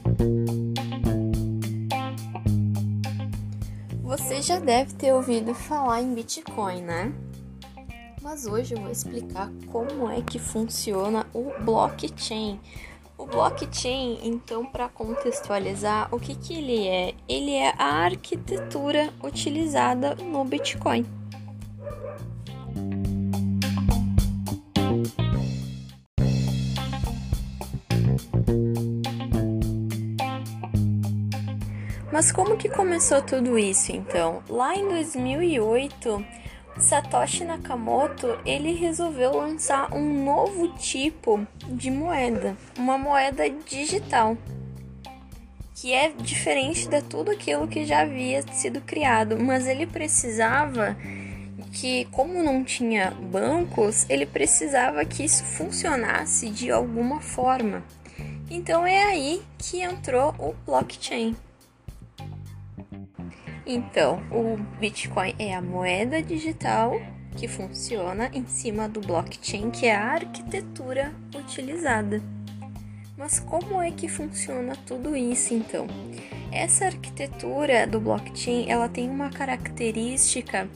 Você já deve ter ouvido falar em Bitcoin, né? Mas hoje eu vou explicar como é que funciona o blockchain. O blockchain, então, para contextualizar, o que ele é? Ele é a arquitetura utilizada no Bitcoin. Mas como que começou tudo isso, então? Lá em 2008, Satoshi Nakamoto, ele resolveu lançar um novo tipo de moeda, uma moeda digital, que é diferente de tudo aquilo que já havia sido criado, mas ele precisava que, como não tinha bancos, ele precisava que isso funcionasse de alguma forma. Então é aí que entrou o blockchain. Então, o Bitcoin é a moeda digital que funciona em cima do blockchain, que é a arquitetura utilizada. Mas como é que funciona tudo isso, então? Essa arquitetura do blockchain, ela tem uma característica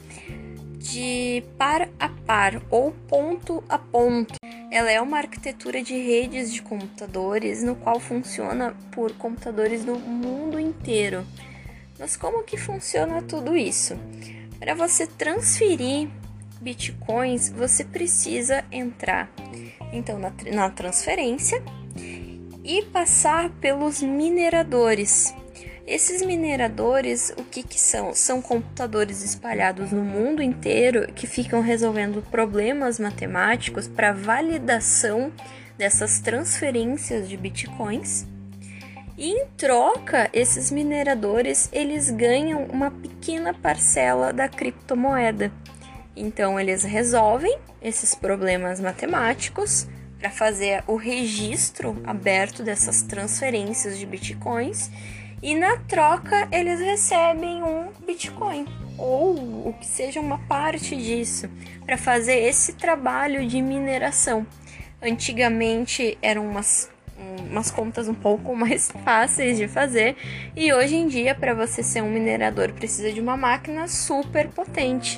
de par a par ou ponto a ponto. Ela é uma arquitetura de redes de computadores, no qual funciona por computadores do mundo inteiro. Mas como que funciona tudo isso? Para você transferir bitcoins, você precisa entrar então na transferência e passar pelos mineradores. Esses mineradores, o que são? São computadores espalhados no mundo inteiro que ficam resolvendo problemas matemáticos para validação dessas transferências de bitcoins. E em troca, esses mineradores, eles ganham uma pequena parcela da criptomoeda. Então, eles resolvem esses problemas matemáticos para fazer o registro aberto dessas transferências de bitcoins. E na troca, eles recebem um bitcoin, ou o que seja uma parte disso, para fazer esse trabalho de mineração. Antigamente, eram umas contas um pouco mais fáceis de fazer, e hoje em dia, para você ser um minerador, precisa de uma máquina super potente.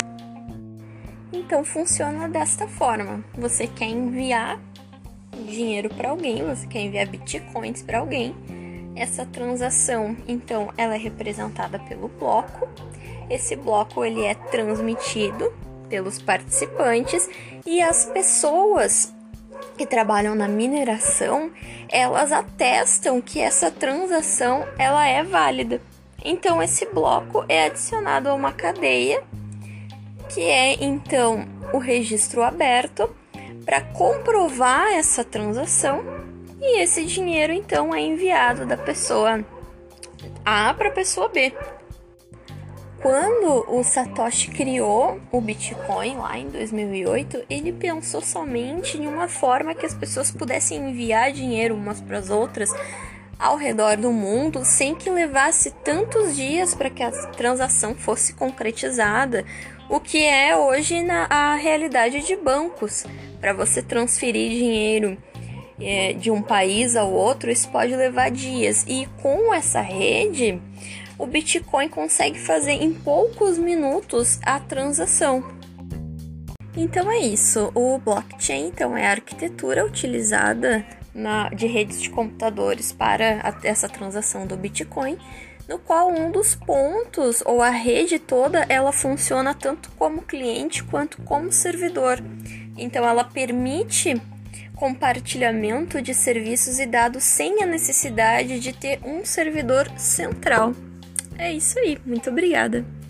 Então funciona desta forma: você quer enviar dinheiro para alguém, você quer enviar bitcoins para alguém. Essa transação, então, ela é representada pelo bloco. Esse bloco, ele é transmitido pelos participantes, e as pessoas que trabalham na mineração, elas atestam que essa transação ela é válida. Então esse bloco é adicionado a uma cadeia, que é então o registro aberto, para comprovar essa transação, e esse dinheiro então é enviado da pessoa A para a pessoa B. Quando o Satoshi criou o Bitcoin lá em 2008, ele pensou somente em uma forma que as pessoas pudessem enviar dinheiro umas para as outras ao redor do mundo, sem que levasse tantos dias para que a transação fosse concretizada, o que é hoje a realidade de bancos. Para você transferir dinheiro de um país ao outro, isso pode levar dias, e com essa rede, o Bitcoin consegue fazer em poucos minutos a transação. Então é isso, o blockchain então, é a arquitetura utilizada de redes de computadores para essa transação do Bitcoin, no qual um dos pontos, ou a rede toda, ela funciona tanto como cliente quanto como servidor. Então ela permite compartilhamento de serviços e dados sem a necessidade de ter um servidor central. É isso aí, muito obrigada!